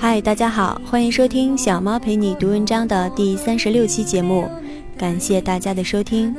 嗨，大家好，欢迎收听小猫陪你读文章的第36期节目，感谢大家的收听。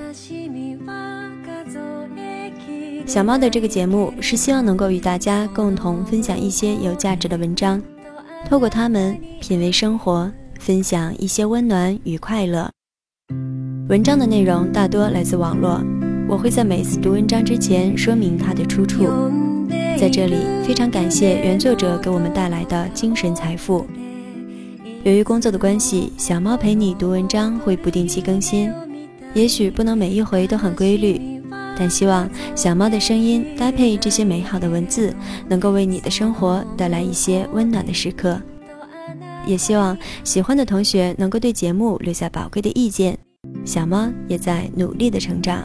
小猫的这个节目是希望能够与大家共同分享一些有价值的文章，透过它们品味生活，分享一些温暖与快乐。文章的内容大多来自网络，我会在每次读文章之前说明它的出处。在这里非常感谢原作者给我们带来的精神财富。由于工作的关系，小猫陪你读文章会不定期更新，也许不能每一回都很规律，但希望小猫的声音搭配这些美好的文字，能够为你的生活带来一些温暖的时刻。也希望喜欢的同学能够对节目留下宝贵的意见，小猫也在努力的成长。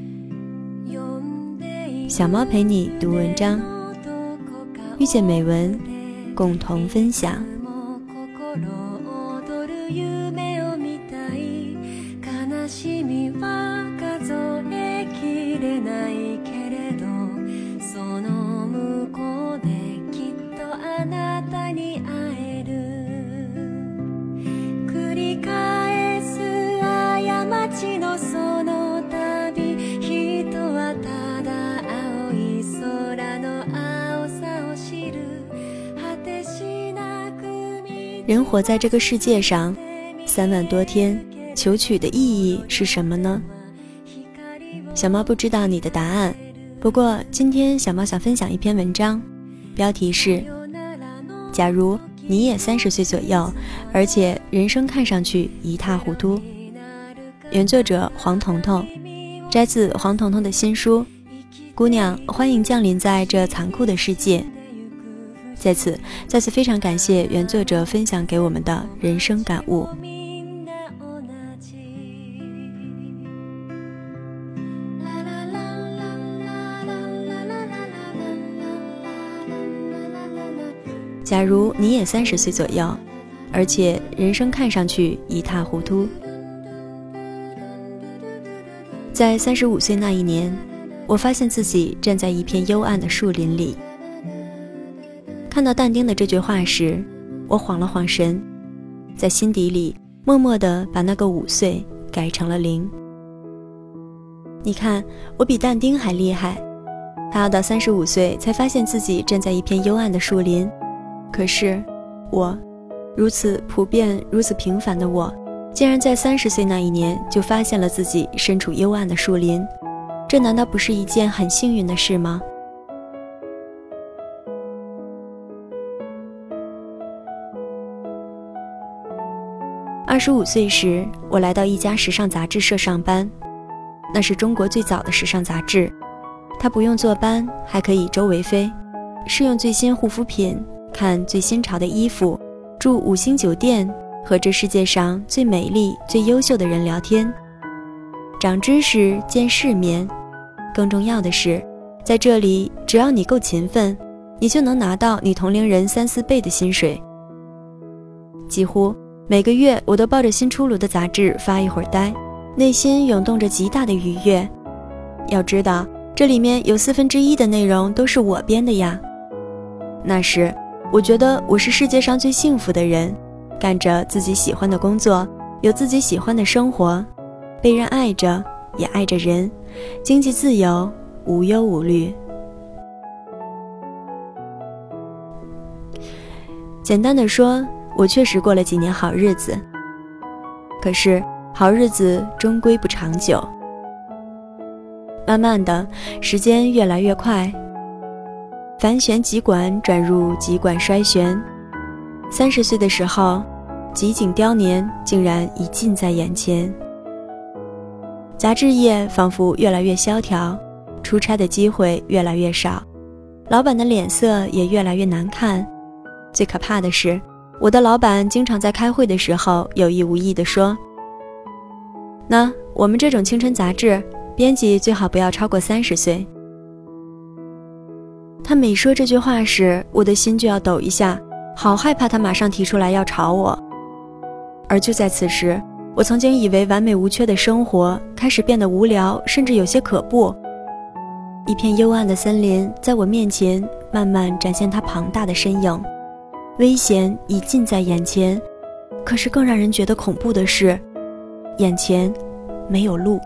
小猫陪你读文章，遇见美文，共同分享。人活在这个世界上3万多天，求取的意义是什么呢？小猫不知道你的答案，不过今天小猫想分享一篇文章，标题是假如你也30岁左右，而且人生看上去一塌糊涂。原作者黄彤彤，摘自黄彤彤的新书《姑娘，欢迎降临在这残酷的世界》。再次非常感谢原作者分享给我们的人生感悟。假如你也30岁左右，而且人生看上去一塌糊涂。在35岁那一年，我发现自己站在一片幽暗的树林里。看到但丁的这句话时，我晃了晃神，在心底里默默地把那个5岁改成了0。你看，我比但丁还厉害，他要到35岁才发现自己站在一片幽暗的树林。可是我，如此普遍如此平凡的我，竟然在30岁那一年就发现了自己身处幽暗的树林，这难道不是一件很幸运的事吗？25岁时，我来到一家时尚杂志社上班，那是中国最早的时尚杂志。它不用坐班，还可以周围飞，试用最新护肤品，看最新潮的衣服，住5星酒店，和这世界上最美丽最优秀的人聊天，长知识，见世面。更重要的是，在这里只要你够勤奋，你就能拿到你同龄人3-4倍的薪水。几乎每个月我都抱着新出炉的杂志发一会儿呆，内心涌动着极大的愉悦。要知道，这里面有1/4的内容都是我编的呀。那时我觉得我是世界上最幸福的人，干着自己喜欢的工作，有自己喜欢的生活，被人爱着，也爱着人，经济自由，无忧无虑。简单的说，我确实过了几年好日子，可是好日子终归不长久。慢慢的，时间越来越快，繁旋急管转入急管衰旋。30岁的时候，极景凋年竟然已近在眼前。杂志业仿佛越来越萧条，出差的机会越来越少，老板的脸色也越来越难看。最可怕的是，我的老板经常在开会的时候有意无意地说，那我们这种青春杂志，编辑最好不要超过30岁。他每说这句话时，我的心就要抖一下，好害怕他马上提出来要炒我。而就在此时，我曾经以为完美无缺的生活开始变得无聊，甚至有些可怖。一片幽暗的森林在我面前慢慢展现它庞大的身影， 危险已近在眼前，可是更让人觉得恐怖的是，眼前没有路。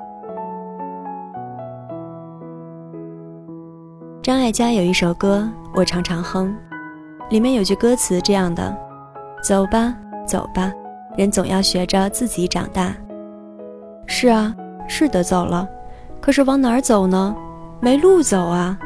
张艾嘉有一首歌我常常哼，里面有句歌词这样的：走吧走吧，人总要学着自己长大。是啊，是的走了，可是往哪儿走呢？没路走啊。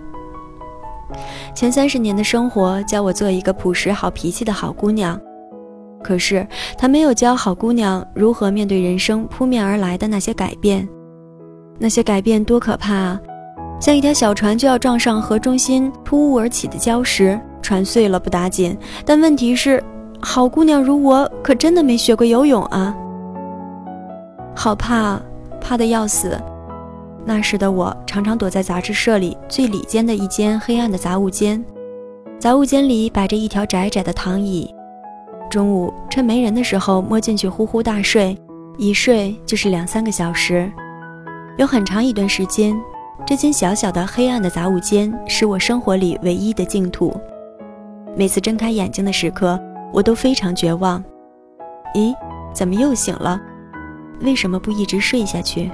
前30年的生活教我做一个朴实好脾气的好姑娘，可是她没有教好姑娘如何面对人生扑面而来的那些改变。那些改变多可怕啊，像一条小船就要撞上河中心突兀而起的礁石，船碎了不打紧，但问题是好姑娘如我可真的没学过游泳啊。好怕，怕得要死。那时的我常常躲在杂志社里最里间的一间黑暗的杂物间，杂物间里摆着一条窄窄的躺椅，中午趁没人的时候摸进去呼呼大睡，一睡就是2-3个小时。有很长一段时间，这间小小的黑暗的杂物间是我生活里唯一的净土。每次睁开眼睛的时刻，我都非常绝望。咦，怎么又醒了？为什么不一直睡下去？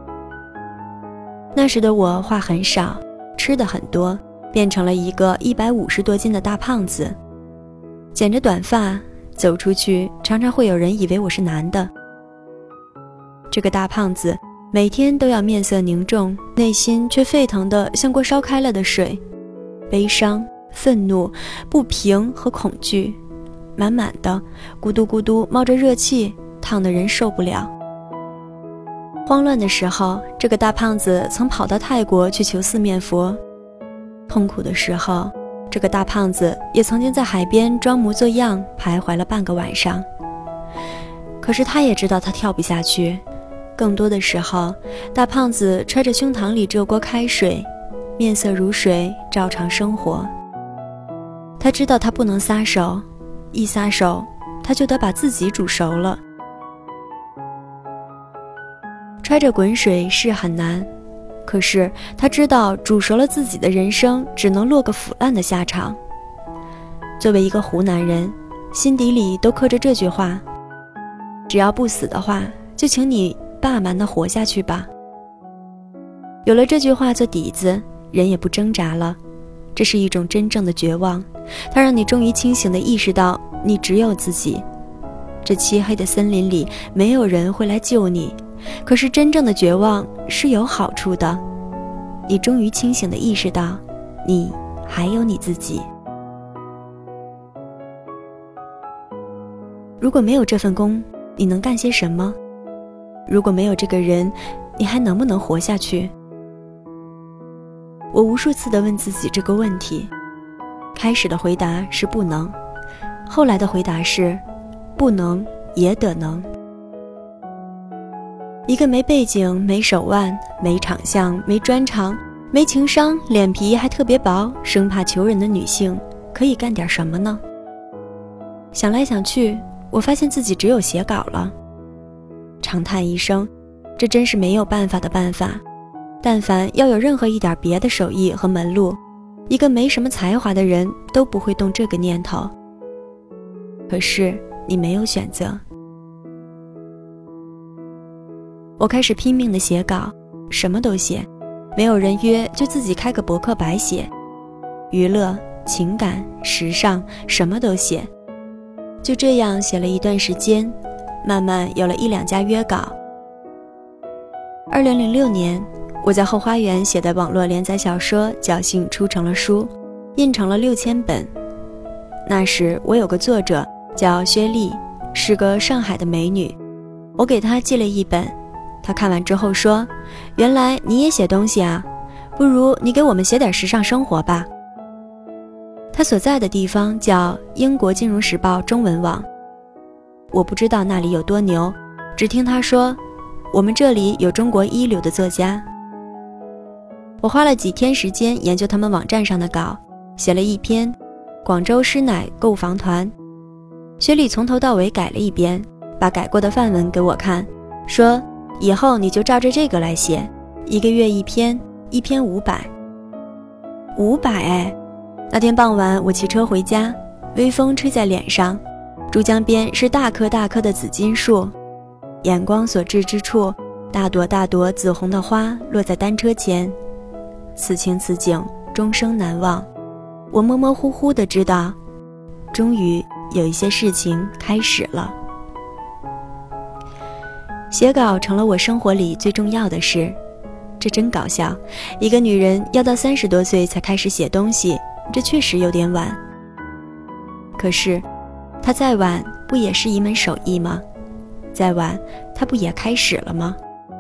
那时的我话很少，吃的很多，变成了一个150多斤的大胖子。剪着短发走出去，常常会有人以为我是男的。这个大胖子每天都要面色凝重，内心却沸腾得像锅烧开了的水，悲伤、愤怒、不平和恐惧，满满的，咕嘟咕嘟冒着热气，烫得人受不了。慌乱的时候，这个大胖子曾跑到泰国去求四面佛；痛苦的时候，这个大胖子也曾经在海边装模作样徘徊了半个晚上。可是他也知道他跳不下去，更多的时候，大胖子揣着胸膛里这锅开水，面色如水，照常生活。他知道他不能撒手，一撒手他就得把自己煮熟了。揣着滚水是很难，可是他知道煮熟了自己的人生只能落个腐烂的下场。作为一个湖南人，心底里都刻着这句话：只要不死的话，就请你霸蛮地活下去吧。有了这句话做底子，人也不挣扎了。这是一种真正的绝望，它让你终于清醒地意识到你只有自己。这漆黑的森林里没有人会来救你，可是真正的绝望是有好处的，你终于清醒地意识到你还有你自己。如果没有这份工，你能干些什么？如果没有这个人，你还能不能活下去？我无数次地问自己这个问题，开始的回答是不能，后来的回答是不能也得能。一个没背景、没手腕、没长相、没专长、没情商、脸皮还特别薄、生怕求人的女性，可以干点什么呢？想来想去，我发现自己只有写稿了。长叹一声，这真是没有办法的办法。但凡要有任何一点别的手艺和门路，一个没什么才华的人都不会动这个念头。可是你没有选择。我开始拼命地写稿，什么都写，没有人约就自己开个博客白写，娱乐、情感、时尚，什么都写。就这样写了一段时间，慢慢有了1-2家约稿。2006年，我在后花园写的网络连载小说侥幸出成了书，印成了6000本。那时我有个作者叫薛丽，是个上海的美女，我给她寄了一本。他看完之后说，原来你也写东西啊，不如你给我们写点时尚生活吧。他所在的地方叫英国金融时报中文网，我不知道那里有多牛，只听他说我们这里有中国一流的作家。我花了几天时间研究他们网站上的稿，写了一篇广州师奶购房团。薛丽从头到尾改了一遍，把改过的范文给我看，说以后你就照着这个来写，1个月1篇，1篇500。500哎！那天傍晚我骑车回家， 微风吹在脸上，珠江边是大棵大棵的紫金树，眼光所至之处，大朵大朵紫红的花落在单车前，此情此景，终生难忘。我模模糊糊地知道，终于有一些事情开始了。写稿成了我生活里最重要的事，这真搞笑。一个女人要到30多岁才开始写东西，这确实有点晚。可是，它再晚不也是一门手艺吗？再晚，它不也开始了吗？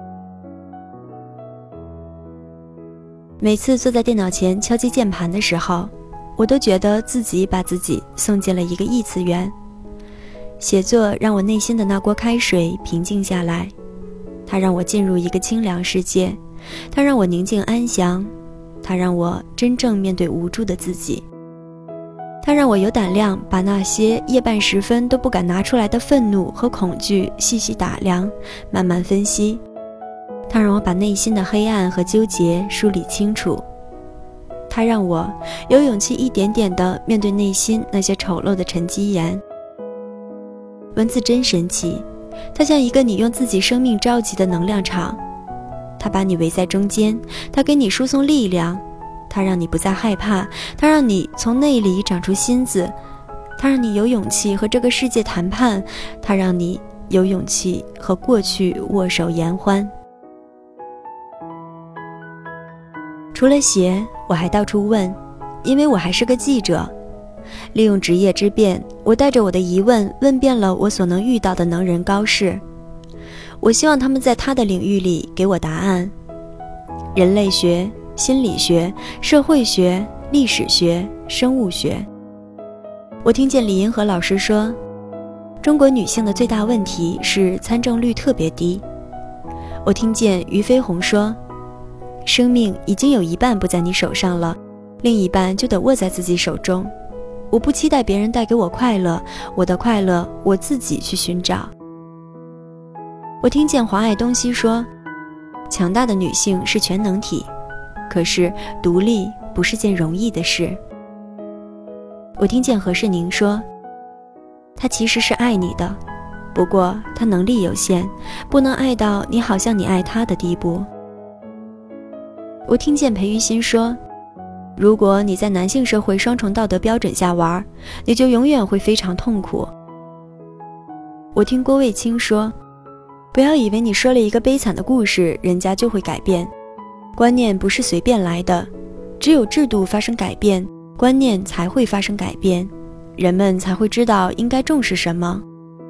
每次坐在电脑前敲击键盘的时候，我都觉得自己把自己送进了一个异次元。写作让我内心的那锅开水平静下来，它让我进入一个清凉世界，它让我宁静安详，它让我真正面对无助的自己，它让我有胆量把那些夜半时分都不敢拿出来的愤怒和恐惧细细打量，慢慢分析，它让我把内心的黑暗和纠结梳理清楚，它让我有勇气一点点地面对内心那些丑陋的沉积岩。文字真神奇，它像一个你用自己生命召集的能量场，它把你围在中间，它给你输送力量，它让你不再害怕，它让你从内里长出心子，它让你有勇气和这个世界谈判，它让你有勇气和过去握手言欢。除了写，我还到处问，因为我还是个记者。利用职业之便，我带着我的疑问问遍了我所能遇到的能人高士，我希望他们在他的领域里给我答案。人类学、心理学、社会学、历史学、生物学。我听见李银河老师说，中国女性的最大问题是参政率特别低。我听见俞飞鸿说，生命已经有一半不在你手上了，另一半就得握在自己手中。我不期待别人带给我快乐，我的快乐我自己去寻找。我听见黄爱东西说，强大的女性是全能体，可是独立不是件容易的事。我听见何世宁说，他其实是爱你的，不过他能力有限，不能爱到你好像你爱他的地步。我听见裴玉欣说，如果你在男性社会双重道德标准下玩，你就永远会非常痛苦。我听郭卫清说，不要以为你说了一个悲惨的故事，人家就会改变。观念不是随便来的，只有制度发生改变，观念才会发生改变，人们才会知道应该重视什么。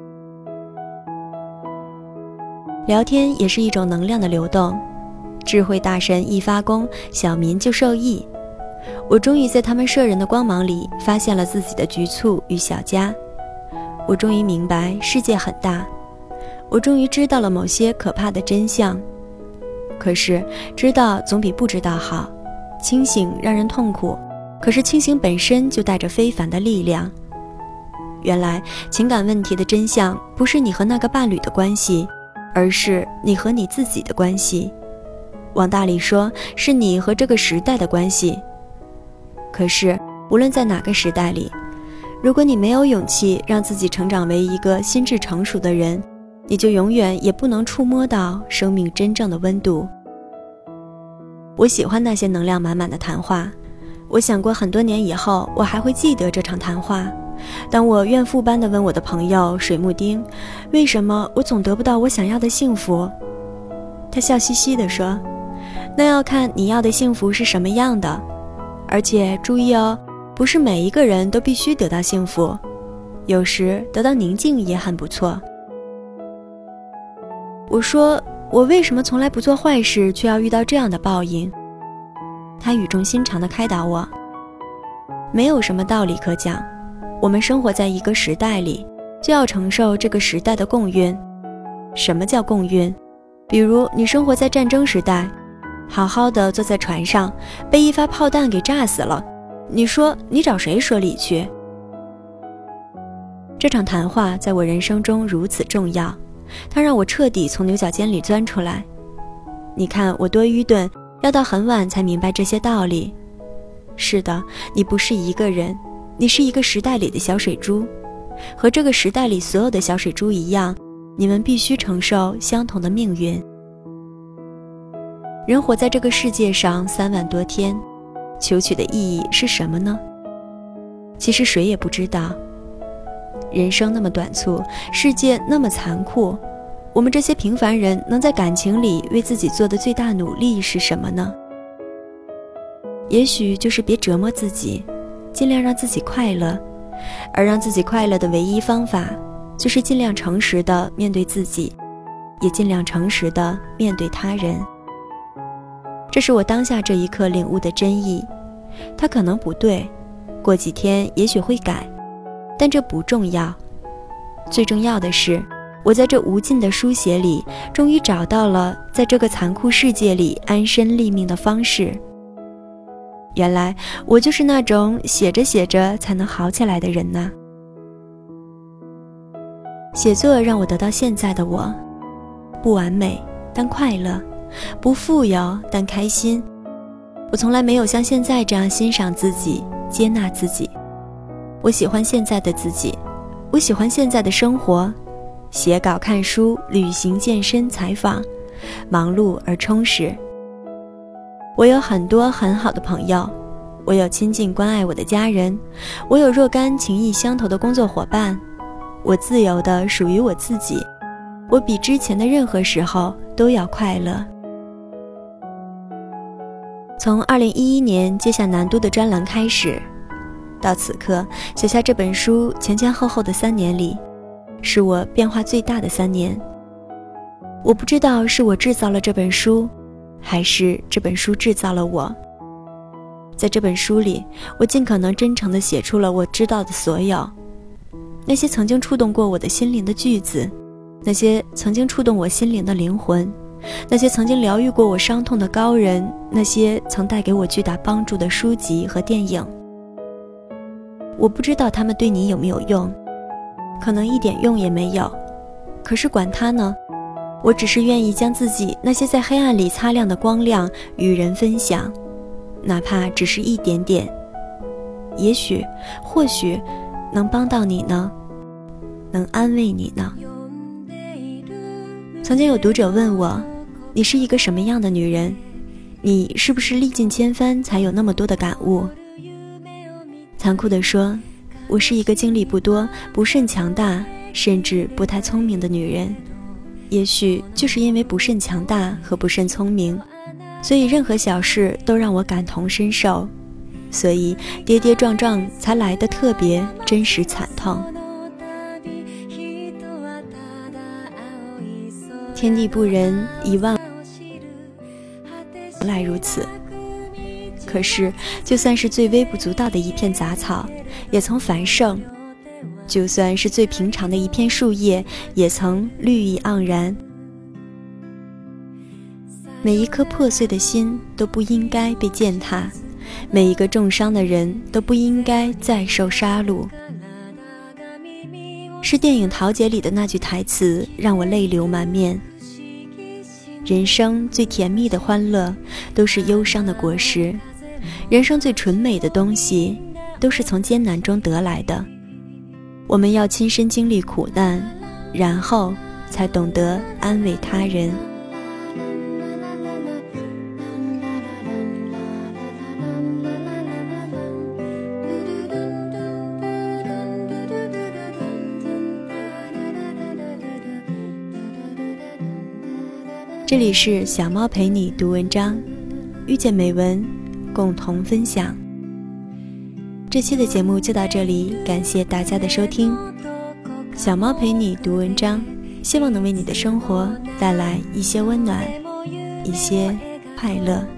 聊天也是一种能量的流动，智慧大神一发功，小民就受益。我终于在他们摄人的光芒里发现了自己的局促与小家，我终于明白世界很大，我终于知道了某些可怕的真相。可是知道总比不知道好，清醒让人痛苦，可是清醒本身就带着非凡的力量。原来情感问题的真相不是你和那个伴侣的关系，而是你和你自己的关系，往大里说是你和这个时代的关系。可是无论在哪个时代里，如果你没有勇气让自己成长为一个心智成熟的人，你就永远也不能触摸到生命真正的温度。我喜欢那些能量满满的谈话，我想过很多年以后我还会记得这场谈话。当我怨妇般地问我的朋友水木丁，为什么我总得不到我想要的幸福，他笑嘻嘻地说，那要看你要的幸福是什么样的，而且注意哦，不是每一个人都必须得到幸福，有时得到宁静也很不错。我说，我为什么从来不做坏事，却要遇到这样的报应？他语重心长地开导我，没有什么道理可讲，我们生活在一个时代里，就要承受这个时代的共运。什么叫共运？比如你生活在战争时代，好好的坐在船上，被一发炮弹给炸死了，你说你找谁说理去？这场谈话在我人生中如此重要，它让我彻底从牛角尖里钻出来。你看我多愚钝，要到很晚才明白这些道理。是的，你不是一个人， 你是一个时代里的小水猪，和这个时代里所有的小水猪一样，你们必须承受相同的命运。人活在这个世界上3万多天，求取的意义是什么呢？其实谁也不知道。人生那么短促，世界那么残酷，我们这些平凡人能在感情里为自己做的最大努力是什么呢？也许就是别折磨自己，尽量让自己快乐，而让自己快乐的唯一方法，就是尽量诚实地面对自己，也尽量诚实地面对他人。这是我当下这一刻领悟的真意，它可能不对，过几天也许会改，但这不重要。最重要的是，我在这无尽的书写里，终于找到了在这个残酷世界里安身立命的方式。原来我就是那种写着写着才能好起来的人呐。写作让我得到现在的我，不完美但快乐，不富有但开心。我从来没有像现在这样欣赏自己，接纳自己。我喜欢现在的自己，我喜欢现在的生活，写稿、看书、旅行、健身、采访，忙碌而充实。我有很多很好的朋友，我有亲近关爱我的家人，我有若干情谊相投的工作伙伴，我自由的属于我自己，我比之前的任何时候都要快乐。从2011年接下南都的专栏开始，到此刻写下这本书前前后后的3年里，是我变化最大的3年。我不知道是我制造了这本书，还是这本书制造了我。在这本书里，我尽可能真诚地写出了我知道的所有，那些曾经触动过我的心灵的句子，那些曾经触动我心灵的灵魂，那些曾经疗愈过我伤痛的高人，那些曾带给我巨大帮助的书籍和电影。我不知道他们对你有没有用，可能一点用也没有，可是管它呢，我只是愿意将自己那些在黑暗里擦亮的光亮与人分享，哪怕只是一点点，也许或许能帮到你呢，能安慰你呢。曾经有读者问我，你是一个什么样的女人？你是不是历尽千帆才有那么多的感悟？残酷地说，我是一个经历不多、不甚强大，甚至不太聪明的女人。也许就是因为不甚强大和不甚聪明，所以任何小事都让我感同身受，所以跌跌撞撞才来得特别真实惨痛。天地不仁，1万来如此。可是就算是最微不足道的一片杂草，也曾繁盛；就算是最平常的一片树叶，也曾绿意盎然。每一颗破碎的心都不应该被践踏，每一个重伤的人都不应该再受杀戮。是电影《桃姐》里的那句台词让我泪流满面。人生最甜蜜的欢乐都是忧伤的果实，人生最纯美的东西都是从艰难中得来的。我们要亲身经历苦难，然后才懂得安慰他人。这里是小猫陪你读文章，遇见美文，共同分享。这期的节目就到这里，感谢大家的收听。小猫陪你读文章，希望能为你的生活带来一些温暖，一些快乐。